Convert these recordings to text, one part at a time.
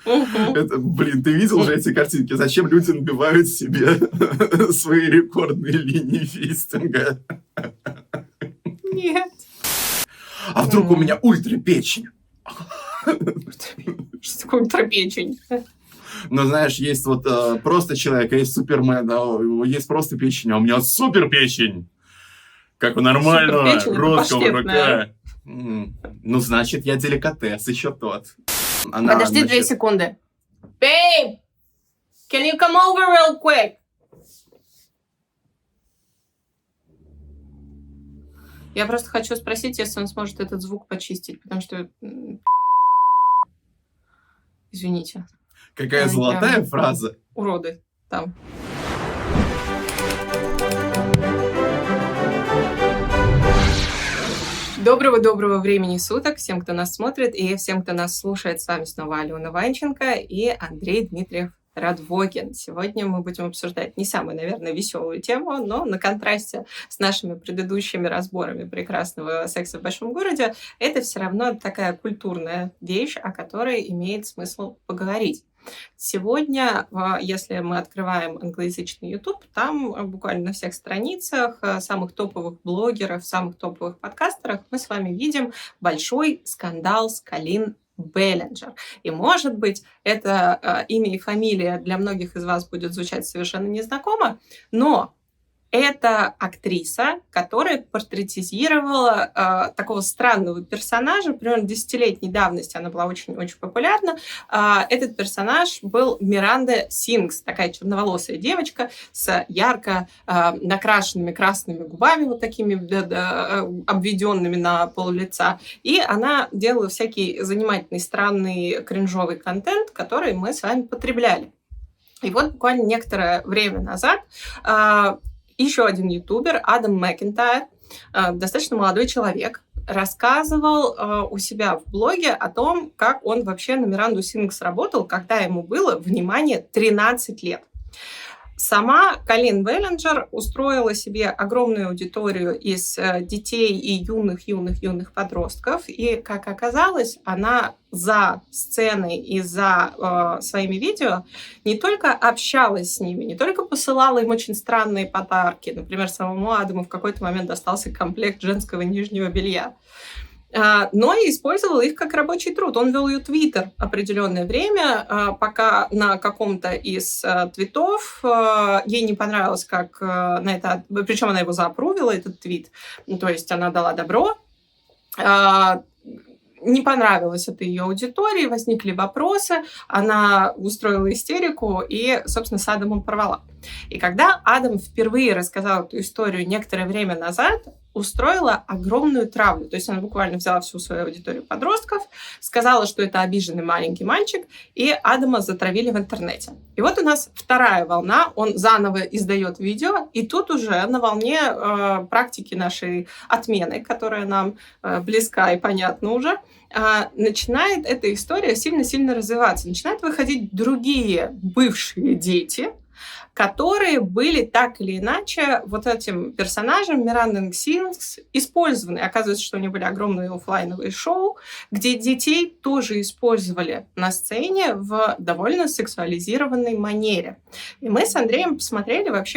Блин, ты видел же эти картинки? Зачем люди набивают себе свои рекордные линии фистинга? Нет. А вдруг у меня ультрапечень? Что такое ультрапечень? Ну, знаешь, есть вот просто человек, а есть Супермен, есть просто печень, а у меня супер печень. Как у нормального русского мужика. Ну, значит, я деликатес, еще тот. Подожди 2 секунды. Babe, can you come over real quick? Я просто хочу спросить, если он сможет этот звук почистить, потому что... Извините. Какая золотая фраза. Уроды там. Доброго времени суток всем, кто нас смотрит, и всем, кто нас слушает. С вами снова Алена Ванченко и Андрей Дмитриев Радвогин. Сегодня мы будем обсуждать не самую, наверное, веселую тему, но на контрасте с нашими предыдущими разборами прекрасного секса в большом городе, это все равно такая культурная вещь, о которой имеет смысл поговорить. Сегодня, если мы открываем англоязычный YouTube, там буквально на всех страницах самых топовых блогеров, самых топовых подкастеров мы с вами видим большой скандал с Колин Беллинджер. И, может быть, это имя и фамилия для многих из вас будет звучать совершенно незнакомо, но это актриса, которая портретизировала такого странного персонажа, примерно 10-летней давности она была очень-очень популярна. Этот персонаж был Миранда Сингс, такая черноволосая девочка с ярко накрашенными красными губами, вот такими обведенными на пол лица. И она делала всякий занимательный, странный, кринжовый контент, который мы с вами потребляли. И вот буквально некоторое время назад еще один ютубер, Адам Макентайр, достаточно молодой человек, рассказывал у себя в блоге о том, как он вообще на Миранду Сингс работал, когда ему было, внимание, 13 лет. Сама Колин Беллинджер устроила себе огромную аудиторию из детей и юных подростков. И, как оказалось, она за сценой и за своими видео не только общалась с ними, не только посылала им очень странные подарки. Например, самому Адаму в какой-то момент достался комплект женского нижнего белья, но и использовал их как рабочий труд. Он вел ее твиттер определенное время, пока на каком-то из твитов ей не понравилось, как на это... Причем она его заапрувила, этот твит. То есть она дала добро. Не понравилось это ее аудитории, возникли вопросы, она устроила истерику и, собственно, с Адамом порвала. И когда Адам впервые рассказал эту историю некоторое время назад, устроила огромную травлю. То есть она буквально взяла всю свою аудиторию подростков, сказала, что это обиженный маленький мальчик, и Адама затравили в интернете. И вот у нас вторая волна, он заново издает видео, и тут уже на волне практики нашей отмены, которая нам близка и понятна уже, начинает эта история сильно-сильно развиваться. Начинают выходить другие бывшие дети, которые были так или иначе вот этим персонажем Мирандой Сингс использованы. Оказывается, что у них были огромные офлайновые шоу, где детей тоже использовали на сцене в довольно сексуализированной манере. И мы с Андреем посмотрели вообще,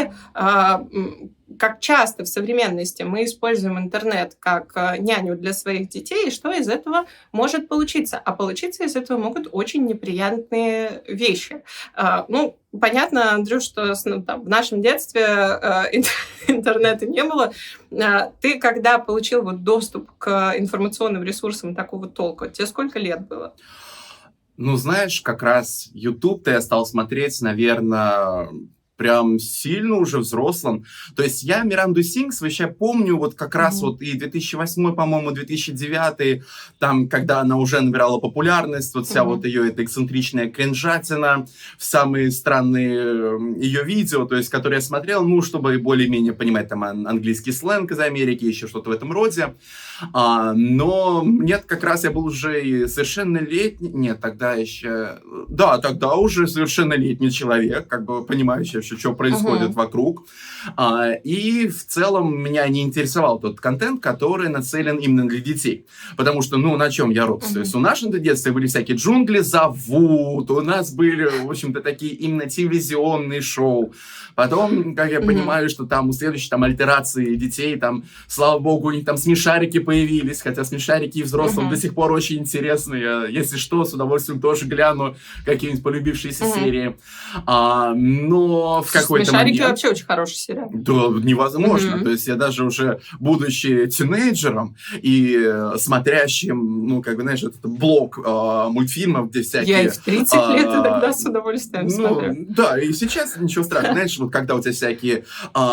как часто в современности мы используем интернет как няню для своих детей, и что из этого может получиться. А получиться из этого могут очень неприятные вещи. Понятно, Андрюш, что в нашем детстве интернета не было. Ты, когда получил доступ к информационным ресурсам такого толка, тебе сколько лет было? Ну, знаешь, как раз YouTube-то я стал смотреть, наверное, прям сильно уже взрослым. То есть я Миранду Сингс вообще помню вот как раз вот и 2008, по-моему, 2009, там, когда она уже набирала популярность, вот вся вот ее эта эксцентричная кринжатина, самые странные ее видео, то есть, которые я смотрел, чтобы более-менее понимать там английский сленг из Америки, еще что-то в этом роде. Но нет, как раз я был уже и совершеннолетний, нет, тогда еще, да, тогда уже совершеннолетний человек, как бы понимающий вообще, вообще, что происходит вокруг. И в целом меня не интересовал тот контент, который нацелен именно для детей. Потому что, ну, на чем я рос? То есть у нашего детства были всякие «Джунгли зовут», у нас были, в общем-то, такие именно телевизионные шоу. Потом, как я понимаю, что там у следующей там альтерации детей, там, слава богу, у них там смешарики появились, хотя смешарики и взрослым до сих пор очень интересные. Если что, с удовольствием тоже гляну какие-нибудь полюбившиеся серии. Но в какой-то момент... Смешарики вообще очень хороший сериал. Да, невозможно. То есть я даже уже, будучи тинейджером и смотрящим, ну, как бы, знаешь, этот блок мультфильмов, где всякие... Я и в 30 лет иногда с удовольствием смотрю. Да, и сейчас ничего страшного. Знаешь, вот когда у тебя всякие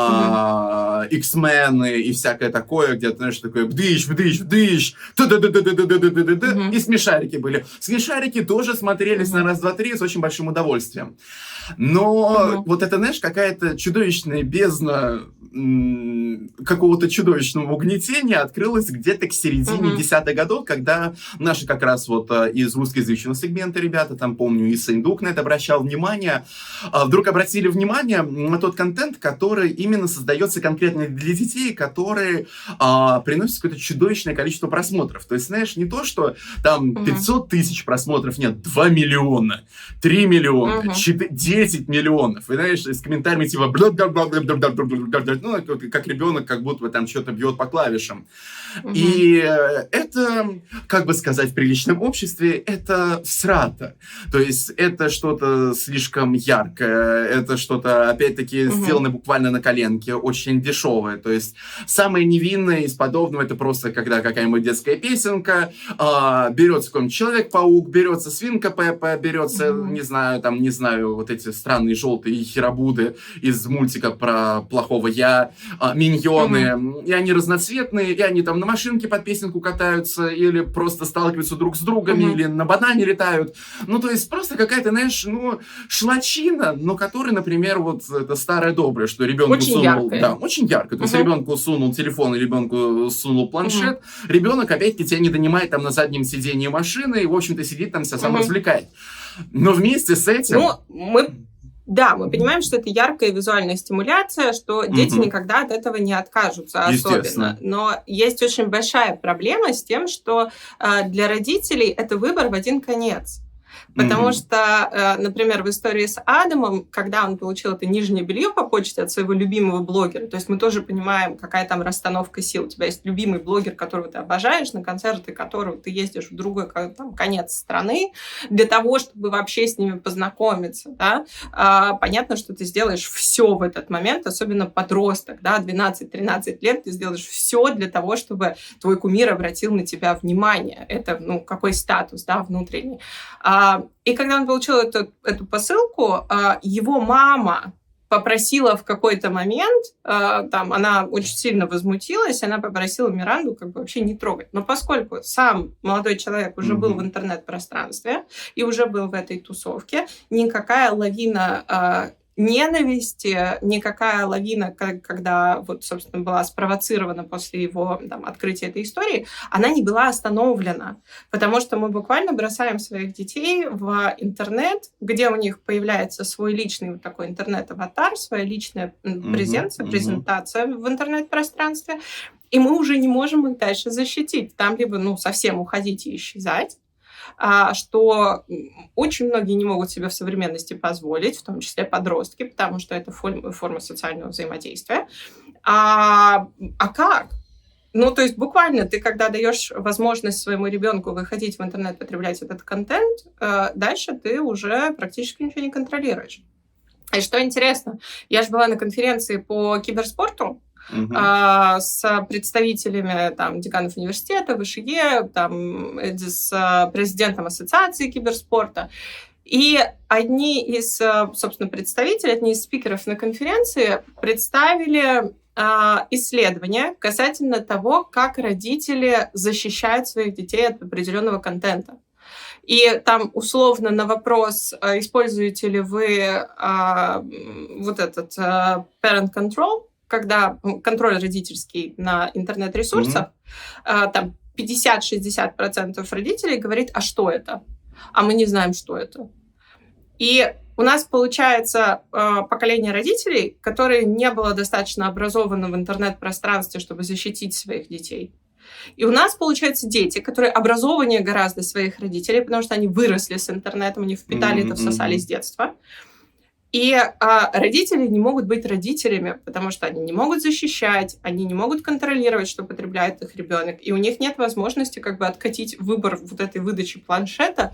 X-мены и всякое такое, где ты, знаешь, такое бдыщ, и смешарики были. Смешарики тоже смотрелись на раз, два, три с очень большим удовольствием. Но вот это, знаешь, какая-то чудовищная бездна какого-то чудовищного угнетения открылась где-то к середине десятых годов, когда наши как раз вот из русскоязычного сегмента ребята, там, помню, и Сындук на это обращал внимание, вдруг обратили внимание на тот контент, который именно создается конкретно для детей, который приносит какое-то чудовищное количество просмотров. То есть, знаешь, не то, что там 500 тысяч просмотров, нет, 2 миллиона, 3 миллиона, 10 миллионов. И знаешь, с комментариями типа ну, как ребенок, как будто бы там что-то бьет по клавишам. И это, как бы сказать в приличном обществе, это всрато. То есть это что-то слишком яркое, это что-то, опять-таки, сделано буквально на коленке, очень дешевое. То есть самое невинное из подобного, это просто когда какая-нибудь детская песенка, берется какой-нибудь Человек-паук, берется Свинка Пеппа, берется, не знаю, вот эти странные желтые херабуды из мультика про плохого я, миньоны, и они разноцветные, и они там на машинке под песенку катаются, или просто сталкиваются друг с другом, или на банане летают. Ну, то есть просто какая-то, знаешь, ну, шлачина, но которая, например, вот это старое доброе, что ребенку очень сунул... Яркое. Да, очень ярко. То есть ребенку сунул телефон, и ребенку сунул планшет, ребенок, опять-таки, тебя не донимает там на заднем сидении машины, и, в общем-то, сидит там, себя сам развлекает. Но вместе с этим... Мы понимаем, что это яркая визуальная стимуляция, что дети никогда от этого не откажутся особенно. Но есть очень большая проблема с тем, что для родителей это выбор в один конец. Потому что, например, в истории с Адамом, когда он получил это нижнее белье по почте от своего любимого блогера, то есть мы тоже понимаем, какая там расстановка сил. У тебя есть любимый блогер, которого ты обожаешь, на концерты которого ты ездишь в другой там, конец страны, для того, чтобы вообще с ними познакомиться. Да? Понятно, что ты сделаешь все в этот момент, особенно подросток, да, 12-13 лет, ты сделаешь все для того, чтобы твой кумир обратил на тебя внимание. Это, ну, какой статус, да, внутренний. И когда он получил эту посылку, его мама попросила в какой-то момент, там, она очень сильно возмутилась, она попросила Миранду как бы вообще не трогать. Но поскольку сам молодой человек уже был в интернет-пространстве и уже был в этой тусовке, никакая лавина ненависти, никакая лавина, когда вот, собственно, была спровоцирована после его там, открытия этой истории, она не была остановлена. Потому что мы буквально бросаем своих детей в интернет, где у них появляется свой личный вот такой интернет-аватар, своя личная презентация в интернет-пространстве, и мы уже не можем их дальше защитить. Там либо совсем уходить и исчезать, что очень многие не могут себе в современности позволить, в том числе подростки, потому что это форма социального взаимодействия. А как? То есть буквально ты, когда даешь возможность своему ребенку выходить в интернет, потреблять этот контент, дальше ты уже практически ничего не контролируешь. И что интересно, я же была на конференции по киберспорту, с представителями там, деканов университета, ВШЕ, там, с президентом Ассоциации киберспорта. И одни из, собственно, представителей, одни из спикеров на конференции представили исследования касательно того, как родители защищают своих детей от определенного контента. И там условно на вопрос, используете ли вы вот этот parent control, когда контроль родительский на интернет-ресурсах, там 50-60% родителей говорит, а что это? А мы не знаем, что это. И у нас получается поколение родителей, которые не было достаточно образованы в интернет-пространстве, чтобы защитить своих детей. И у нас, получается, дети, которые образованнее гораздо своих родителей, потому что они выросли с интернетом, они впитали это, всосали с детства. И родители не могут быть родителями, потому что они не могут защищать, они не могут контролировать, что потребляет их ребенок, и у них нет возможности как бы откатить выбор вот этой выдачи планшета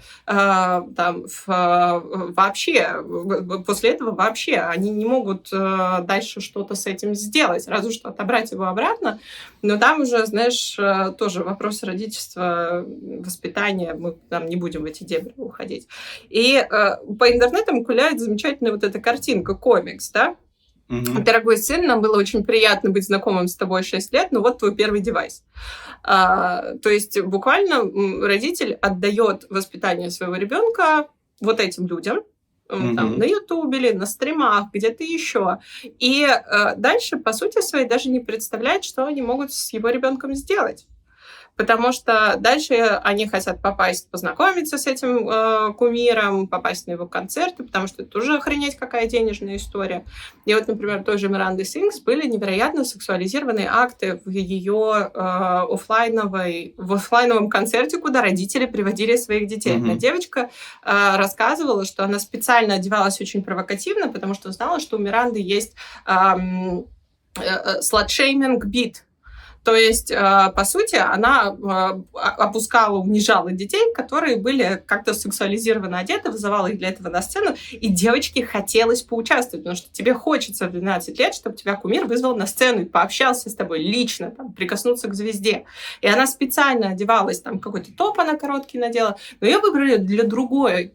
вообще. После этого вообще они не могут дальше что-то с этим сделать, разве что отобрать его обратно. Но там уже, знаешь, тоже вопрос родительства, воспитания, мы там не будем в эти дебри уходить. И по интернетам гуляет замечательная вот эта картинка, комикс, да? Дорогой сын, нам было очень приятно быть знакомым с тобой 6 лет, но вот твой первый девайс. То есть буквально родитель отдает воспитание своего ребенка вот этим людям, там, на Ютубе или на стримах, где-то еще. И дальше, по сути своей, даже не представляет, что они могут с его ребенком сделать. Потому что дальше они хотят попасть, познакомиться с этим кумиром, попасть на его концерты, потому что это уже охренеть какая денежная история. И вот, например, той же Миранды Сингс были невероятно сексуализированные акты в ее оффлайновом концерте, куда родители приводили своих детей. Одна девочка рассказывала, что она специально одевалась очень провокативно, потому что знала, что у Миранды есть сладшейминг-бит. То есть, по сути, она опускала, унижала детей, которые были как-то сексуализированно одеты, вызывала их для этого на сцену, и девочке хотелось поучаствовать, потому что тебе хочется в 12 лет, чтобы тебя кумир вызвал на сцену и пообщался с тобой лично, там, прикоснуться к звезде. И она специально одевалась, там, какой-то топ она короткий надела, но ее выбрали для другой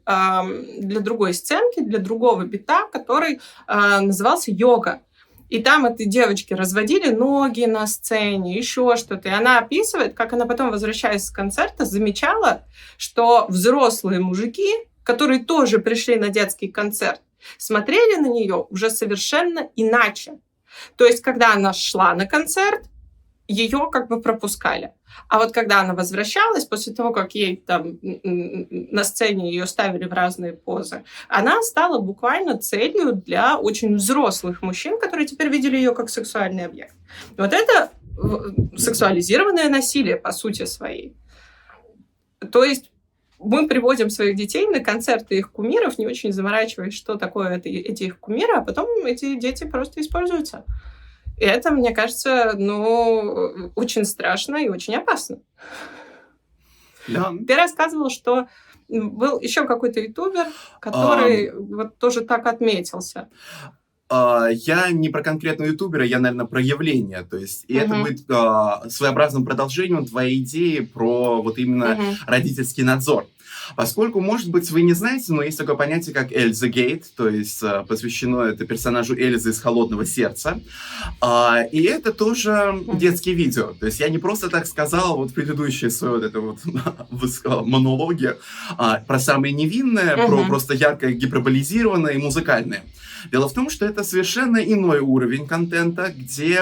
сценки, для другого бита, который назывался «Йога». И там этой девочке разводили ноги на сцене, еще что-то. И она описывает, как она потом, возвращаясь с концерта, замечала, что взрослые мужики, которые тоже пришли на детский концерт, смотрели на нее уже совершенно иначе. То есть, когда она шла на концерт, ее как бы пропускали. А вот когда она возвращалась, после того, как ей там на сцене ее ставили в разные позы, она стала буквально целью для очень взрослых мужчин, которые теперь видели ее как сексуальный объект. Вот это сексуализированное насилие по сути своей. То есть мы приводим своих детей на концерты их кумиров, не очень заморачиваясь, что такое эти их кумиры, а потом эти дети просто используются. И это, мне кажется, очень страшно и очень опасно. Да. Ты рассказывал, что был еще какой-то ютубер, который вот тоже так отметился. Я не про конкретного ютубера, я, наверное, про явление. То есть, и это будет своеобразным продолжением твоей идеи про вот именно родительский надзор. Поскольку, может быть, вы не знаете, но есть такое понятие, как Эльза Гейт, то есть посвящено это персонажу Эльзы из «Холодного сердца». И это тоже детские видео. То есть я не просто так сказал вот в предыдущей своей вот этой вот монологе про самое невинное, про просто яркое, гиперболизированное и музыкальное. Дело в том, что это совершенно иной уровень контента, где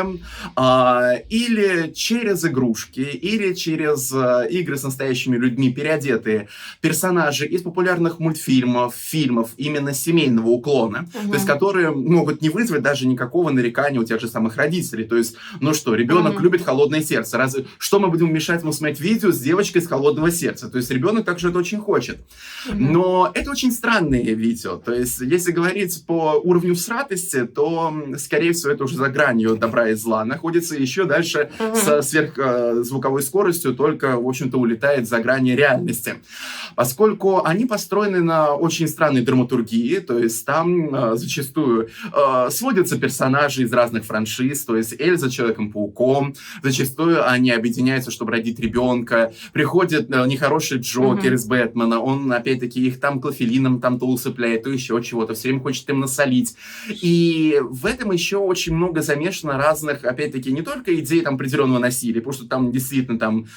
или через игрушки, или через игры с настоящими людьми переодетые персонажи из популярных мультфильмов, фильмов именно семейного уклона, то есть которые могут не вызвать даже никакого нарекания у тех же самых родителей. То есть, ну что, ребенок любит «Холодное сердце». Разве что мы будем мешать ему смотреть видео с девочкой из «Холодного сердца»? То есть ребенок также это очень хочет. Но это очень странные видео. То есть, если говорить по уровню всратости, то, скорее всего, это уже за гранью добра и зла. Находится еще дальше со сверхзвуковой скоростью, только, в общем-то, улетает за грани реальности. Поскольку они построены на очень странной драматургии, то есть там зачастую сводятся персонажи из разных франшиз, то есть Эльза Человеком-пауком, зачастую они объединяются, чтобы родить ребенка, приходит нехороший Джокер из Бэтмена, он, опять-таки, их там клофелином там то усыпляет, то еще чего-то, все время хочет им насолить. И в этом еще очень много замешано разных, опять-таки, не только идей там определенного насилия, потому что там действительно там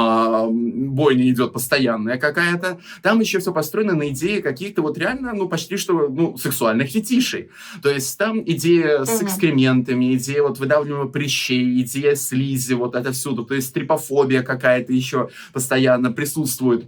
бойня идет постоянная какая-то, там еще все построено на идее каких-то вот реально, почти что, сексуальных фетишей. То есть там идея с экскрементами, идея вот выдавливания прыщей, идея слизи, вот это всюду. То есть трипофобия какая-то еще постоянно присутствует.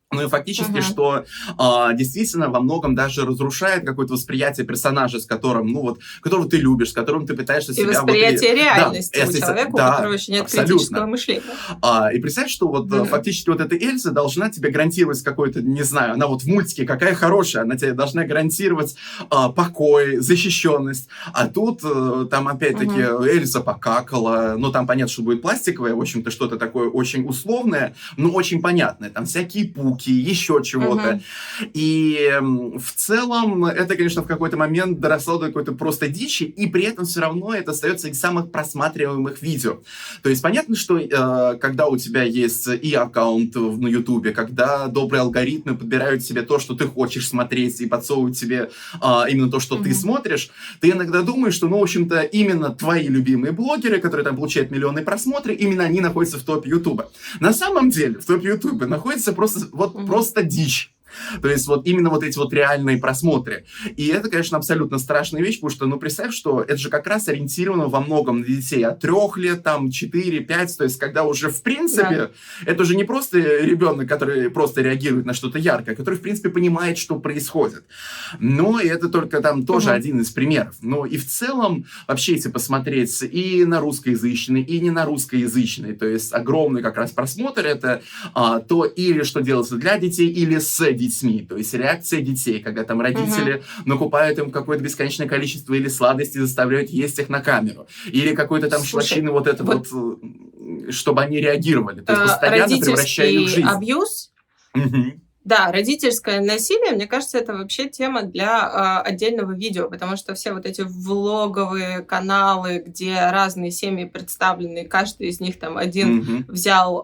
Ну и фактически, Мгм. что действительно во многом даже разрушает какое-то восприятие персонажа, с которым, ну вот, которого ты любишь, с которым ты пытаешься И себя вот и... восприятие Да, реальности у человека, у да, которого еще нет критического абсолютно. мышления. И представь, что вот Мгм. фактически вот эта Эльза должна тебе гарантировать какой-то, не знаю, она вот в мультике какая хорошая, она тебе должна гарантировать покой, защищенность. А тут там опять-таки Мгм. Эльза покакала, ну там понятно, что будет пластиковое, в общем-то что-то такое очень условное, но очень понятное. Там всякие пуки, еще чего-то. Мгм. И в целом это, конечно, в какой-то момент доросло до какой-то просто дичи, и при этом все равно это остается из самых просматриваемых видео. То есть понятно, что когда у тебя есть и аккаунт на Ютубе, когда добрые алгоритмы подбирают себе то, что ты хочешь смотреть, и подсовывают тебе именно то, что ты Мгм. смотришь, ты иногда думаешь, что, ну, в общем-то, именно твои любимые блогеры, которые там получают миллионы просмотры, именно они находятся в топе Ютуба. На самом деле в топе Ютуба находится просто, вот, Мгм. просто дичь. То есть вот именно вот эти вот реальные просмотры. И это, конечно, абсолютно страшная вещь, потому что, ну, представь, что это же как раз ориентировано во многом на детей от 3 лет, там, 4-5, то есть когда уже, в Да. принципе, это уже не просто ребенок, который просто реагирует на что-то яркое, который, в принципе, понимает, что происходит. Но и это только там тоже Мгм. один из примеров. Но и в целом, вообще, если посмотреть и на русскоязычный, и не на русскоязычный, то есть огромный как раз просмотр, это то или что делается для детей, или с детьми, то есть реакция детей, когда там Мгм. родители накупают им какое-то бесконечное количество или сладостей, заставляют есть их на камеру, или какой-то там Слушай, шлачины вот этот вот вот, чтобы они реагировали, то есть постоянно превращая их в родительский жизнь. абьюз, Мгм. да, родительское насилие, мне кажется, это вообще тема для отдельного видео, потому что все вот эти влоговые каналы, где разные семьи представлены, каждый из них там один Мгм. взял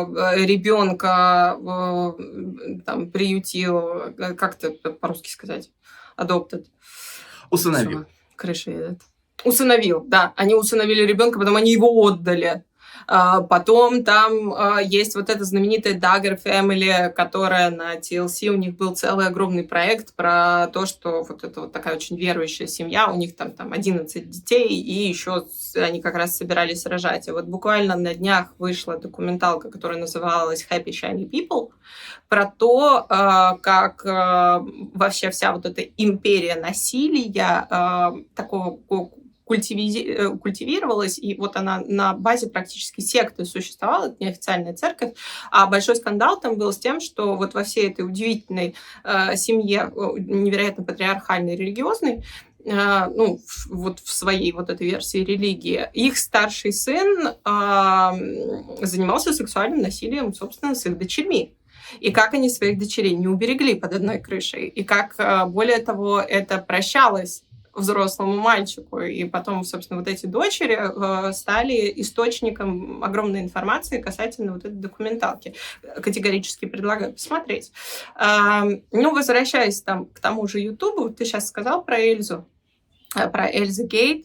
ребенка, там приютил, как это по-русски сказать, adopted, Усыновил. все, крыша едет. Усыновил, да. Они усыновили ребенка, потом они его отдали. Потом там есть вот эта знаменитая Dagger Family, которая на TLC, у них был целый огромный проект про то, что вот это вот такая очень верующая семья, у них там 11 детей, и еще они как раз собирались рожать. И вот буквально на днях вышла документалка, которая называлась Happy Shiny People, про то, как вообще вся вот эта империя насилия такого культивировалась, и вот она на базе практически секты существовала, это неофициальная церковь, а большой скандал там был с тем, что вот во всей этой удивительной семье, невероятно патриархальной, религиозной, ну, вот в своей вот этой версии религии, их старший сын занимался сексуальным насилием, собственно, с их дочерьми. И как они своих дочерей не уберегли под одной крышей, и как, более того, это прощалось взрослому мальчику. И потом, собственно, вот эти дочери стали источником огромной информации касательно вот этой документалки. Категорически предлагаю посмотреть. Ну, возвращаясь там к тому же Ютубу, ты сейчас сказал про Эльзу, про Эльзу Гейт.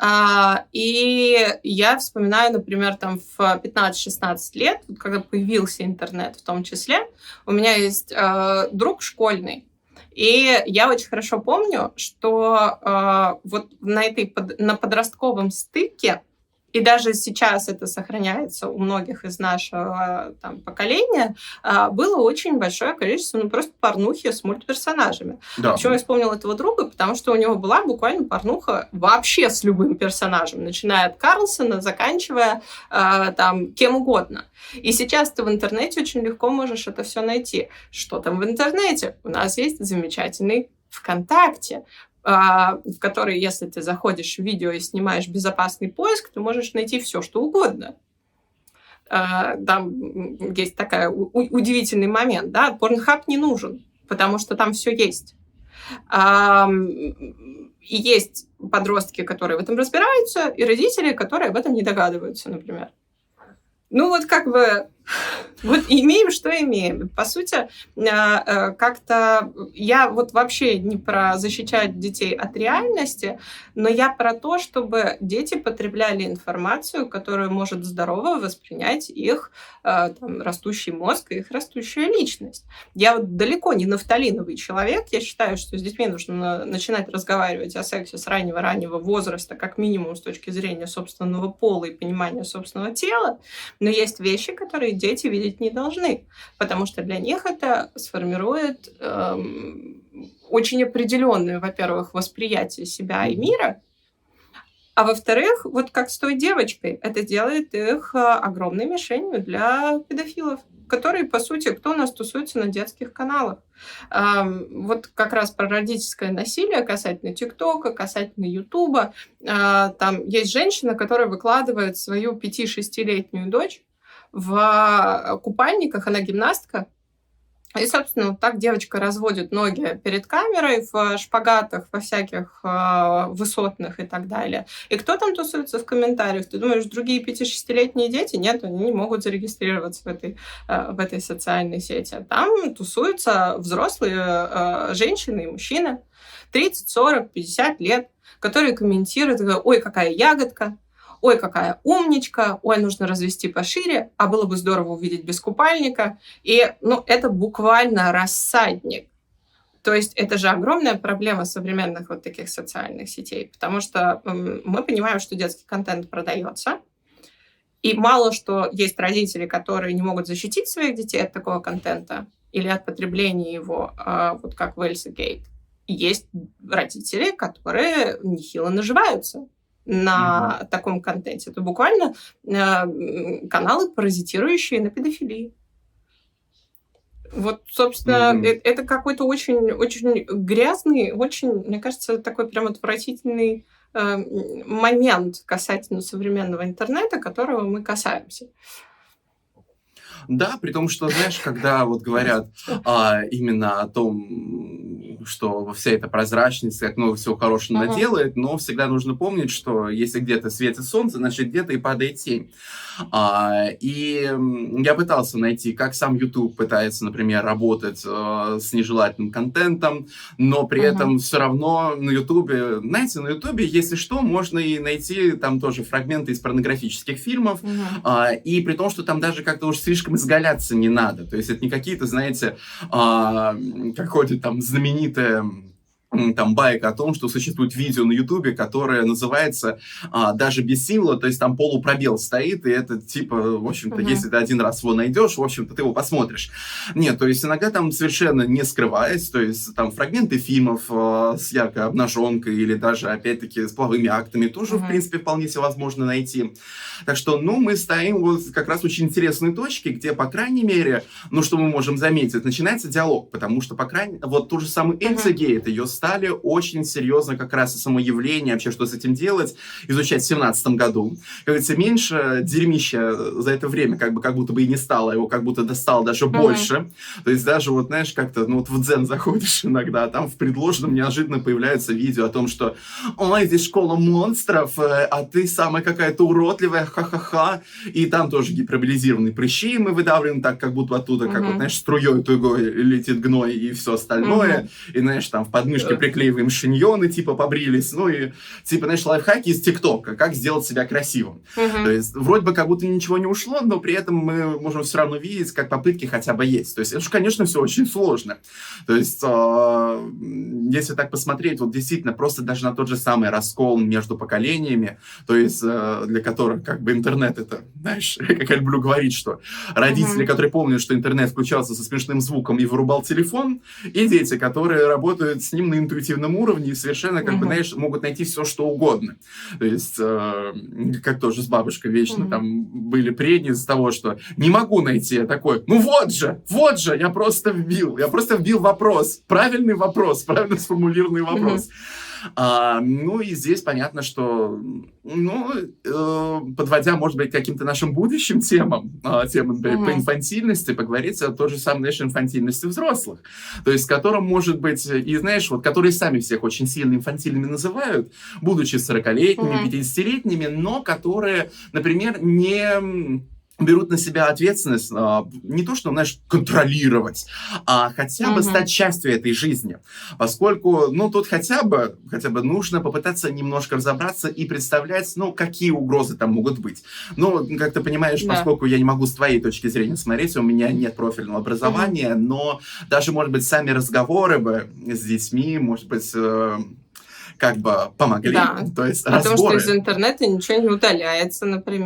И я вспоминаю, например, там в 15-16 лет, вот когда появился интернет в том числе, у меня есть друг школьный, и я очень хорошо помню, что вот на подростковом стыке, и даже сейчас это сохраняется у многих из нашего там поколения, было очень большое количество, ну, просто порнухи с мультперсонажами. Да. Почему я вспомнила этого друга? Потому что у него была буквально порнуха вообще с любым персонажем, начиная от Карлсона, заканчивая там кем угодно. И сейчас ты в интернете очень легко можешь это все найти. Что там в интернете? У нас есть замечательный ВКонтакте, в который, если ты заходишь в видео и снимаешь безопасный поиск, ты можешь найти все, что угодно. Там есть такой удивительный момент, да, Pornhub не нужен, потому что там все есть. И есть подростки, которые в этом разбираются, и родители, которые об этом не догадываются, например. Ну вот как бы вот имеем, что имеем. По сути, как-то я вот вообще не про защищать детей от реальности, но я про то, чтобы дети потребляли информацию, которую может здорово воспринять их там, растущий мозг и их растущая личность. Я вот далеко не нафталиновый человек. Я считаю, что с детьми нужно начинать разговаривать о сексе с раннего-раннего возраста, как минимум с точки зрения собственного пола и понимания собственного тела. Но есть вещи, которые дети видеть не должны, потому что для них это сформирует очень определенное, во-первых, восприятие себя и мира, а во-вторых, вот как с той девочкой, это делает их огромной мишенью для педофилов, которые, по сути, кто у нас тусуется на детских каналах. Вот как раз про родительское насилие касательно ТикТока, касательно Ютуба. Там есть женщина, которая выкладывает свою 5-6-летнюю дочь в купальниках, она гимнастка. И, собственно, вот так девочка разводит ноги перед камерой в шпагатах, во всяких высотных и так далее. И кто там тусуется в комментариях? Ты думаешь, другие 5-6-летние дети? Нет, они не могут зарегистрироваться в этой социальной сети. Там тусуются взрослые женщины и мужчины 30, 40, 50 лет, которые комментируют, ой, какая ягодка, ой, какая умничка, ой, нужно развести пошире, а было бы здорово увидеть без купальника. И, это буквально рассадник. То есть это же огромная проблема современных вот таких социальных сетей, потому что мы понимаем, что детский контент продается, и мало что есть родители, которые не могут защитить своих детей от такого контента или от потребления его, вот как в Эльса Гейт. Есть родители, которые нехило наживаются на таком контенте. Это буквально каналы, паразитирующие на педофилии. Вот, собственно, это какой-то очень, очень грязный, очень, мне кажется, такой прям отвратительный момент касательно современного интернета, которого мы касаемся. Да, при том, что, знаешь, когда вот говорят именно о том, что вся эта прозрачность, как много всего хорошего наделает, но всегда нужно помнить, что если где-то светит солнце, значит, где-то и падает тень. И я пытался найти, как сам YouTube пытается, например, работать с нежелательным контентом, но при этом все равно на YouTube, знаете, на YouTube, если что, можно и найти там тоже фрагменты из порнографических фильмов, и при том, что там даже как-то уж слишком изгаляться не надо. То есть это не какие-то, знаете, как ходит там знаменитая там байка о том, что существует видео на Ютубе, которое называется даже без символа, то есть там полупробел стоит, и это типа, в общем-то, если ты один раз его найдешь, в общем-то, ты его посмотришь. Нет, то есть иногда там совершенно не скрываясь, то есть там фрагменты фильмов с яркой обнаженкой или даже, опять-таки, с половыми актами тоже, в принципе, вполне себе возможно найти. Так что, мы стоим вот как раз в очень интересной точке, где, по крайней мере, что мы можем заметить, начинается диалог, потому что, по крайней мере, вот ту же самую Эльза Гейт, ее стали очень серьезно как раз и само явление, вообще, что с этим делать, изучать в 2017 году. Как говорится, меньше дерьмища за это время как будто бы и не стало, его как будто достало даже больше. То есть даже вот, знаешь, как-то, в дзен заходишь иногда, а там в предложенном неожиданно появляются видео о том, что ой, здесь школа монстров, а ты самая какая-то уродливая, ха-ха-ха. И там тоже гиперболизированные прыщи мы выдавливаем так, как будто оттуда, как вот, знаешь, струей тугой летит гной и все остальное. И, знаешь, там в подмышке приклеиваем шиньоны, типа, побрились. И, типа, знаешь, лайфхаки из ТикТока, как сделать себя красивым. То есть, вроде бы как будто ничего не ушло, но при этом мы можем все равно видеть, как попытки хотя бы есть. То есть, это же, конечно, все очень сложно. То есть, если так посмотреть, вот действительно, просто даже на тот же самый раскол между поколениями, то есть, для которых, как бы, интернет это, знаешь, как я люблю говорить, что родители, которые помнят, что интернет включался со смешным звуком и вырубал телефон, и дети, которые работают с ним на интуитивном уровне и совершенно, как бы, знаешь, могут найти все, что угодно. То есть, как тоже с бабушкой вечно там были прения из-за того, что не могу найти, я такой, вот же, я просто вбил вопрос, правильный вопрос, правильно сформулированный вопрос. И здесь понятно, что, подводя, может быть, к каким-то нашим будущим темам по инфантильности, поговорить о той же самой, знаешь, инфантильности взрослых. То есть, которым, может быть, и, знаешь, вот, которые сами всех очень сильно инфантильными называют, будучи 40-летними, 50-летними, но которые, например, не берут на себя ответственность не то, что, знаешь, контролировать, а хотя бы стать частью этой жизни. Поскольку, тут хотя бы нужно попытаться немножко разобраться и представлять, какие угрозы там могут быть. Как ты понимаешь, поскольку я не могу с твоей точки зрения смотреть, у меня нет профильного образования, но даже, может быть, сами разговоры бы с детьми, может быть, как бы помогли. Да, то есть потому разборы. что из интернета ничего не удаляется, например. В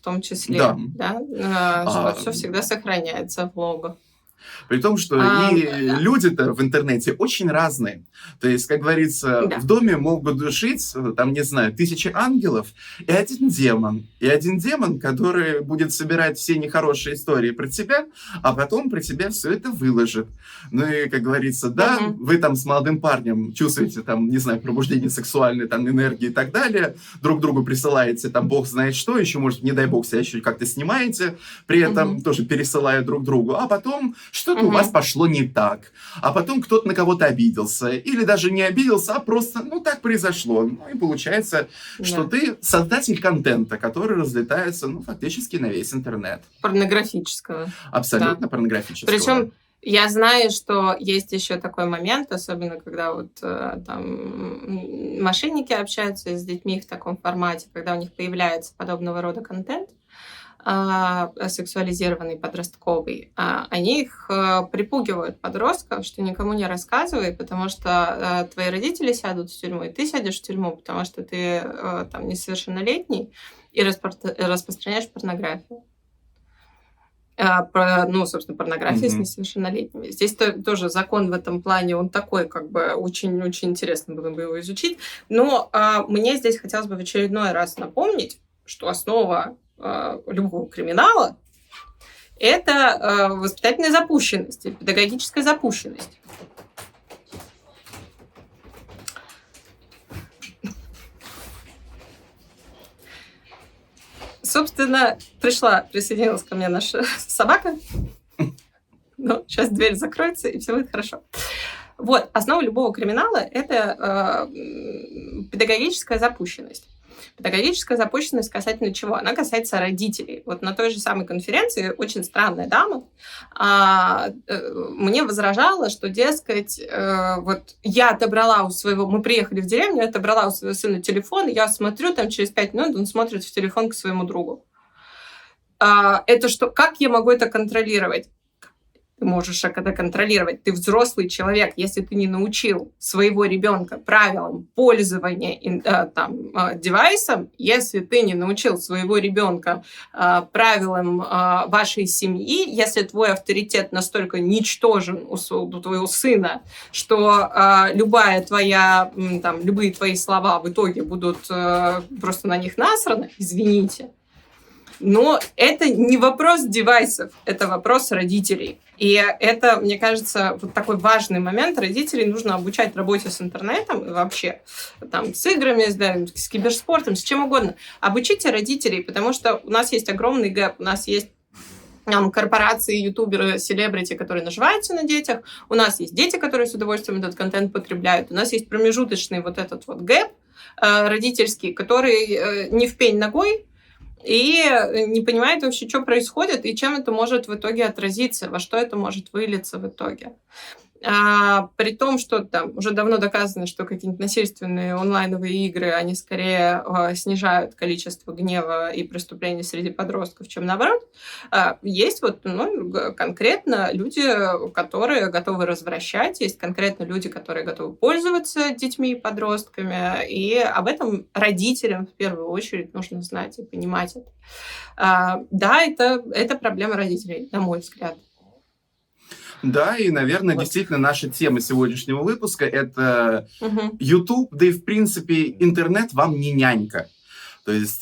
том числе, Да. да? Что все всегда сохраняется в лого. При том, что и люди-то в интернете очень разные. То есть, как говорится, Да. в доме могут жить, там, не знаю, 1000 ангелов и один демон. И один демон, который будет собирать все нехорошие истории про тебя, а потом про тебя все это выложит. Ну и, как говорится, да, вы там с молодым парнем чувствуете, там, не знаю, пробуждение сексуальной там, энергии и так далее, друг другу присылаете, там, бог знает что, еще, может, не дай бог, себя еще как-то снимаете, при этом тоже пересылая друг другу, а потом что-то у вас пошло не так, а потом кто-то на кого-то обиделся, или даже не обиделся, а просто, ну, так произошло. Ну, и получается, что ты создатель контента, который разлетается, ну, фактически на весь интернет. Порнографического. Абсолютно порнографического. Причем я знаю, что есть еще такой момент, особенно когда вот там мошенники общаются с детьми в таком формате, когда у них появляется подобного рода контент, сексуализированный, подростковый, они их припугивают, подростков, что никому не рассказывай, потому что твои родители сядут в тюрьму, и ты сядешь в тюрьму, потому что ты там несовершеннолетний и распространяешь порнографию. Ну, собственно, порнография с несовершеннолетними. Здесь тоже закон в этом плане, он такой, как бы, очень-очень интересно было бы его изучить. Но мне здесь хотелось бы в очередной раз напомнить, что основа любого криминала – это воспитательная запущенность, педагогическая запущенность. Собственно, присоединилась ко мне наша собака. Но сейчас дверь закроется, и все будет хорошо. Вот, основа любого криминала – это педагогическая запущенность. Педагогическая запущенность касательно чего? Она касается родителей. Вот на той же самой конференции очень странная дама мне возражала, что, дескать, вот я отобрала у своего... Мы приехали в деревню, я отобрала у своего сына телефон, я смотрю, там через 5 минут он смотрит в телефон к своему другу. Это что? Как я могу это контролировать? Ты можешь это контролировать. Ты взрослый человек. Если ты не научил своего ребенка правилам пользования девайсом, если ты не научил своего ребенка правилам вашей семьи, если твой авторитет настолько ничтожен у твоего сына, что любые твои слова в итоге будут просто на них насраны, извините. Но это не вопрос девайсов, это вопрос родителей. И это, мне кажется, вот такой важный момент. Родителей нужно обучать работе с интернетом и вообще там, с играми, с киберспортом, с чем угодно. Обучите родителей, потому что у нас есть огромный гэп, у нас есть корпорации, ютуберы, селебрити, которые наживаются на детях. У нас есть дети, которые с удовольствием этот контент потребляют. У нас есть промежуточный вот этот вот гэп родительский, который не в пень ногой, и не понимает вообще, что происходит, и чем это может в итоге отразиться, во что это может вылиться в итоге. При том, что там уже давно доказано, что какие-нибудь насильственные онлайновые игры, они скорее снижают количество гнева и преступлений среди подростков, чем наоборот. Есть конкретно люди, которые готовы развращать, есть конкретно люди, которые готовы пользоваться детьми и подростками, и об этом родителям в первую очередь нужно знать и понимать это. Да, это проблема родителей, на мой взгляд. Да, и, наверное, действительно наша тема сегодняшнего выпуска – это YouTube, да и, в принципе, интернет вам не нянька. То есть,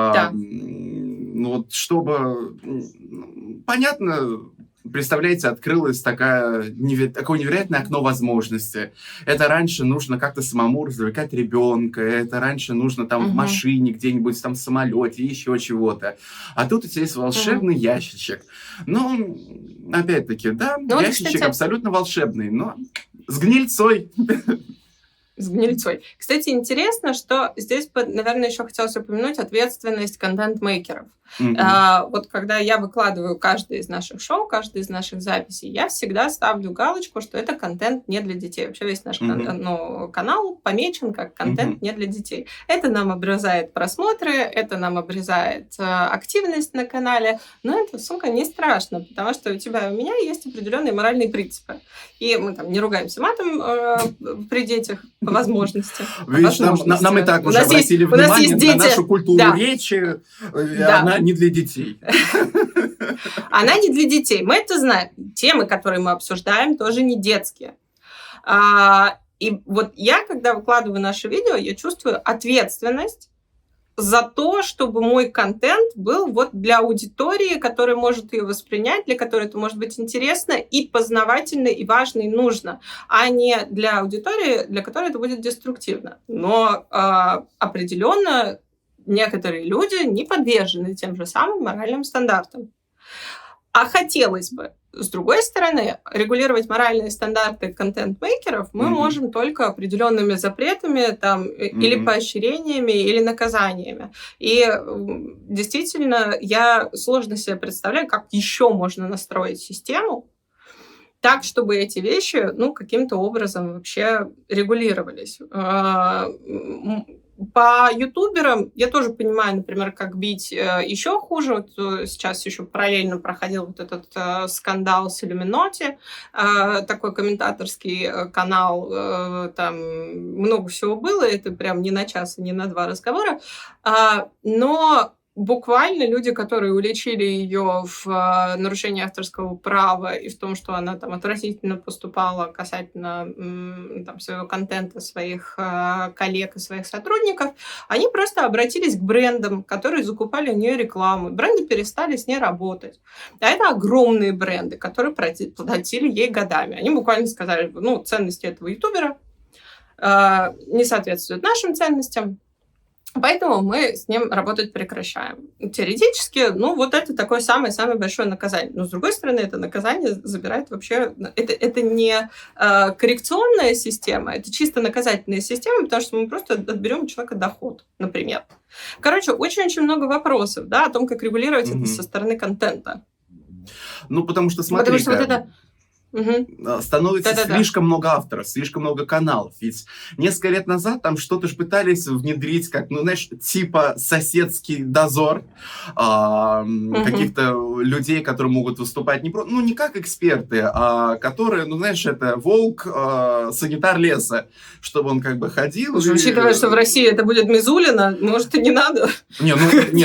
вот чтобы… Понятно, представляете, открылось такое невероятное окно возможностей. Это раньше нужно как-то самому развлекать ребенка, это раньше нужно там в машине, где-нибудь там в самолете, еще чего-то. А тут у тебя есть волшебный ящичек. Ну, опять-таки, да, ящичек, кстати, абсолютно волшебный, но с гнильцой. С гнильцой. Кстати, интересно, что здесь, наверное, еще хотелось упомянуть ответственность контент-мейкеров. Вот когда я выкладываю каждое из наших шоу, каждое из наших записей, я всегда ставлю галочку, что это контент не для детей. Вообще весь наш канал помечен как контент не для детей. Это нам обрезает просмотры, это нам обрезает активность на канале, но это, сука, не страшно, потому что у тебя и у меня есть определенные моральные принципы. И мы там не ругаемся матом при детях. по возможности. Видишь, нам и так уже обратили внимание на нашу культуру речи, она не для детей. Она не для детей. Мы это знаем. Темы, которые мы обсуждаем, тоже не детские. И вот я, когда выкладываю наше видео, я чувствую ответственность за то, чтобы мой контент был вот для аудитории, которая может ее воспринять, для которой это может быть интересно и познавательно, и важно, и нужно, а не для аудитории, для которой это будет деструктивно. Но определенно некоторые люди не подвержены тем же самым моральным стандартам. А хотелось бы. С другой стороны, регулировать моральные стандарты контент-мейкеров мы можем только определенными запретами там, или поощрениями, или наказаниями. И действительно, я сложно себе представляю, как еще можно настроить систему так, чтобы эти вещи каким-то образом вообще регулировались. По ютуберам я тоже понимаю, например, как бить еще хуже. Вот сейчас еще параллельно проходил вот этот скандал с Illuminati, такой комментаторский канал, там много всего было, это прям не на час и не на два разговора, но буквально люди, которые уличили ее в нарушении авторского права и в том, что она там отвратительно поступала касательно там, своего контента, своих коллег и своих сотрудников, они просто обратились к брендам, которые закупали у нее рекламу. Бренды перестали с ней работать. А это огромные бренды, которые платили ей годами. Они буквально сказали, ценности этого ютубера не соответствуют нашим ценностям, поэтому мы с ним работать прекращаем. Теоретически, вот это такое самое-самое большое наказание. Но, с другой стороны, это наказание забирает вообще... Это не коррекционная система, это чисто наказательная система, потому что мы просто отберем у человека доход, например. Короче, очень-очень много вопросов, о том, как регулировать это со стороны контента. Потому что, смотри, становится слишком много авторов, слишком много каналов. Ведь несколько лет назад там что-то же пытались внедрить, как, типа соседский дозор каких-то людей, которые могут выступать не как эксперты, а которые, это волк, санитар леса, чтобы он как бы ходил. Учитывая, что в России это будет Мизулина, может, и не надо. Нет,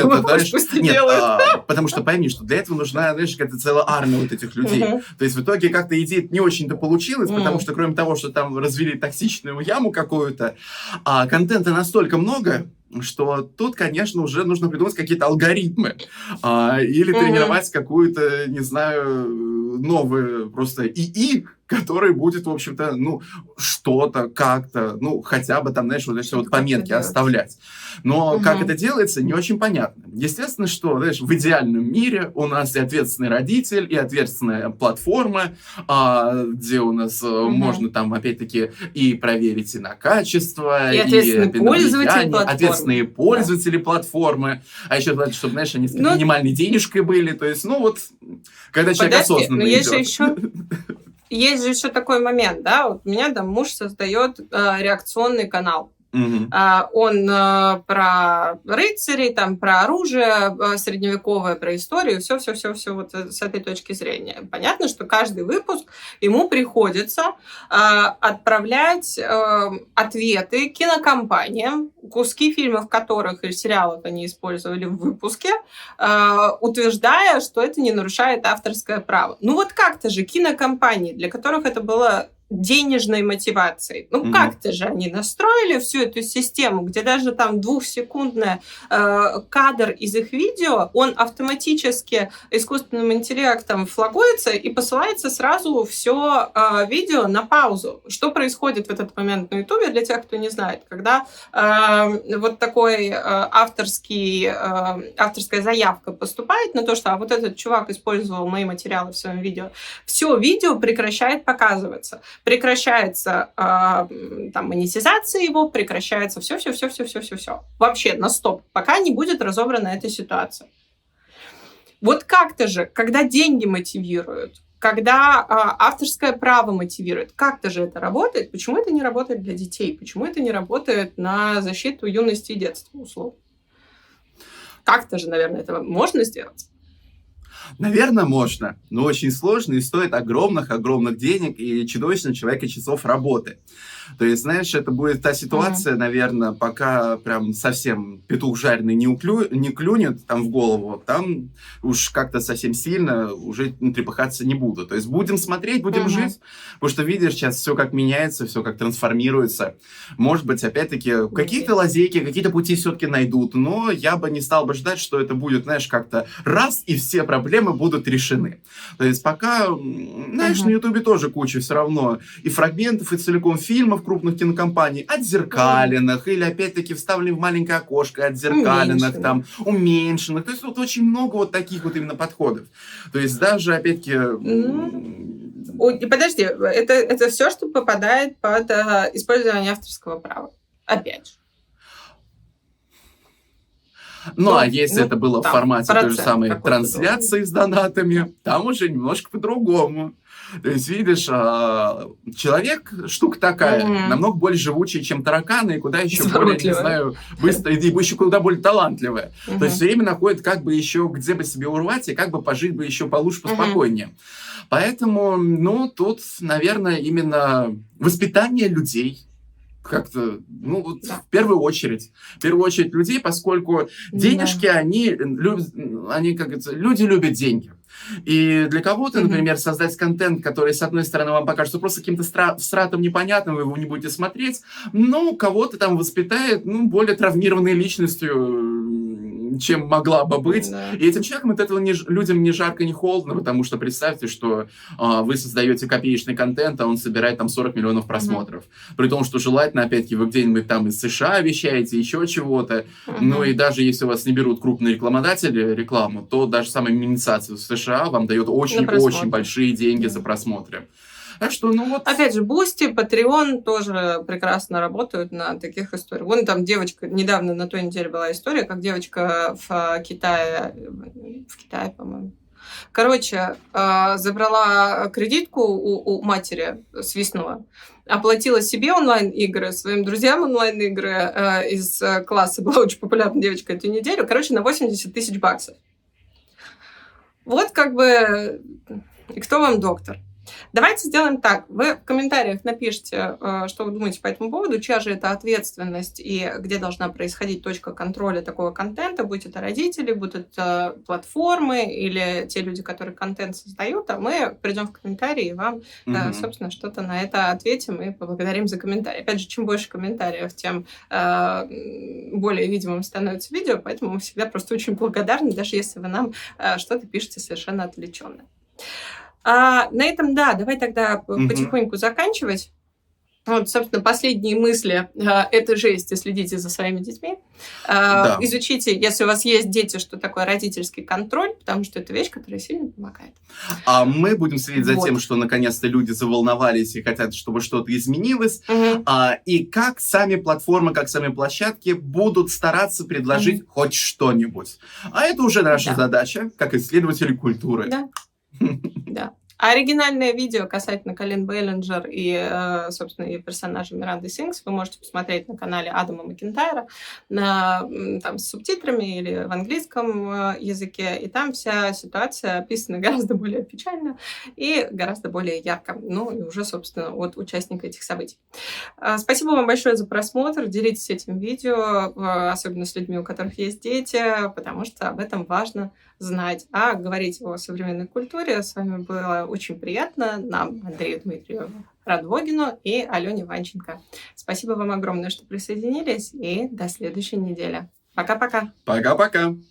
потому что пойми, что для этого нужна, какая-то целая армия вот этих людей. То есть в итоге как-то идея не очень-то получилась, потому что кроме того, что там развели токсичную яму какую-то, контента настолько много, что тут, конечно, уже нужно придумать какие-то алгоритмы или тренировать какую-то, не знаю, новую просто ИИ, который будет, в общем-то, что-то как-то, хотя бы там, вот пометки оставлять. Но как это делается, не очень понятно. Естественно, что, в идеальном мире у нас и ответственный родитель, и ответственная платформа, где у нас можно там, опять-таки, и проверить и на качество, и ответственный пользователь платформы. Ответственные пользователи платформы. А еще, чтобы, они с минимальной денежкой были. То есть, когда человек осознанно идет. Есть же еще такой момент, вот у меня там муж создает реакционный канал. Он про рыцарей, там, про оружие средневековое, про историю, все вот с этой точки зрения. Понятно, что каждый выпуск ему приходится отправлять ответы кинокомпаниям, куски фильмов которых или сериалов они использовали в выпуске, утверждая, что это не нарушает авторское право. Как-то же кинокомпании, для которых это было денежной мотивацией. Как-то же они настроили всю эту систему, где даже там 2-секундный кадр из их видео, он автоматически искусственным интеллектом флагуется и посылается сразу все видео на паузу. Что происходит в этот момент на Ютубе, для тех, кто не знает, когда вот такой авторская заявка поступает на то, что вот этот чувак использовал мои материалы в своем видео, все видео прекращает показываться. Прекращается там монетизация его, прекращается все. Вообще на стоп, пока не будет разобрана эта ситуация. Вот как-то же, когда деньги мотивируют, когда авторское право мотивирует, как-то же это работает. Почему это не работает для детей? Почему это не работает на защиту юности и детства, условно? Как-то же, наверное, это можно сделать. Наверное, можно, но очень сложно и стоит огромных-огромных денег и чудовищно человека часов работы. То есть, знаешь, это будет та ситуация, наверное, пока прям совсем петух жареный не клюнет там в голову, там уж как-то совсем сильно уже трепыхаться не буду. То есть будем смотреть, будем жить, потому что видишь сейчас все как меняется, все как трансформируется. Может быть, опять-таки, какие-то лазейки, какие-то пути все-таки найдут, но я бы не стал бы ждать, что это будет, знаешь, как-то раз, и все проблемы будут решены. То есть пока, знаешь, на Ютубе тоже куча все равно и фрагментов, и целиком фильмов крупных кинокомпаний, отзеркаленных, или опять-таки вставлены в маленькое окошко, отзеркаленных, там, уменьшенных. То есть вот очень много вот таких вот именно подходов. То есть даже, опять-таки... Подожди, это все, что попадает под использование авторского права. Опять же. А если это было в формате той же самой трансляции с донатами, там уже немножко по-другому. То есть, видишь, человек штука такая, намного более живучая, чем тараканы, и куда еще более, не знаю, быстро, и еще куда более талантливая. То есть все время находит, как бы еще, где бы себе урвать, и как бы пожить бы еще получше, поспокойнее. Поэтому, тут, наверное, именно воспитание людей, как-то, в первую очередь людей, поскольку денежки, они, как говорится, люди любят деньги. И для кого-то, например, создать контент, который, с одной стороны, вам покажется просто каким-то стратом непонятным, вы его не будете смотреть, но кого-то там воспитает, более травмированной личностью, чем могла бы быть. Да. И этим человеком от этого людям ни жарко, ни холодно, потому что представьте, что вы создаете копеечный контент, а он собирает там 40 миллионов просмотров. При том, что желательно, опять-таки, вы где-нибудь там из США вещаете, еще чего-то. И даже если у вас не берут крупные рекламодатели рекламу, то даже самая минимизация в США вам дает очень-очень большие деньги за просмотры. Так что, Опять же, Boosty, Patreon тоже прекрасно работают на таких историях. Вон там девочка, недавно на той неделе была история, как девочка в Китае, по-моему. Короче, забрала кредитку у матери, свистнула, оплатила себе онлайн-игры, своим друзьям онлайн-игры из класса, была очень популярная девочка эту неделю, на $80 тысяч. Вот как бы, и кто вам доктор? Давайте сделаем так. Вы в комментариях напишите, что вы думаете по этому поводу, чья же это ответственность и где должна происходить точка контроля такого контента, будь это родители, будь это платформы или те люди, которые контент создают, а мы придем в комментарии и вам, собственно, что-то на это ответим и поблагодарим за комментарии. Опять же, чем больше комментариев, тем более видимым становится видео, поэтому мы всегда просто очень благодарны, даже если вы нам что-то пишете совершенно отвлеченно. На этом, давай тогда потихоньку заканчивать. Вот, собственно, последние мысли. Это же, если следите за своими детьми. Изучите, если у вас есть дети, что такое родительский контроль, потому что это вещь, которая сильно помогает. А мы будем следить за тем, что наконец-то люди заволновались и хотят, чтобы что-то изменилось. И как сами платформы, как сами площадки будут стараться предложить хоть что-нибудь. А это уже наша задача, как исследователей культуры. Да. А оригинальное видео касательно Колин Беллинджер и, собственно, и персонажа Миранды Сингс вы можете посмотреть на канале Адама Макентайра там, с субтитрами или в английском языке. И там вся ситуация описана гораздо более печально и гораздо более ярко. И уже, собственно, от участника этих событий. Спасибо вам большое за просмотр. Делитесь этим видео, особенно с людьми, у которых есть дети, потому что об этом важно знать. А говорить о современной культуре с вами было очень приятно. Нам, Андрею Дмитриеву Радвогину и Алене Ванченко. Спасибо вам огромное, что присоединились. И до следующей недели. Пока-пока. Пока-пока.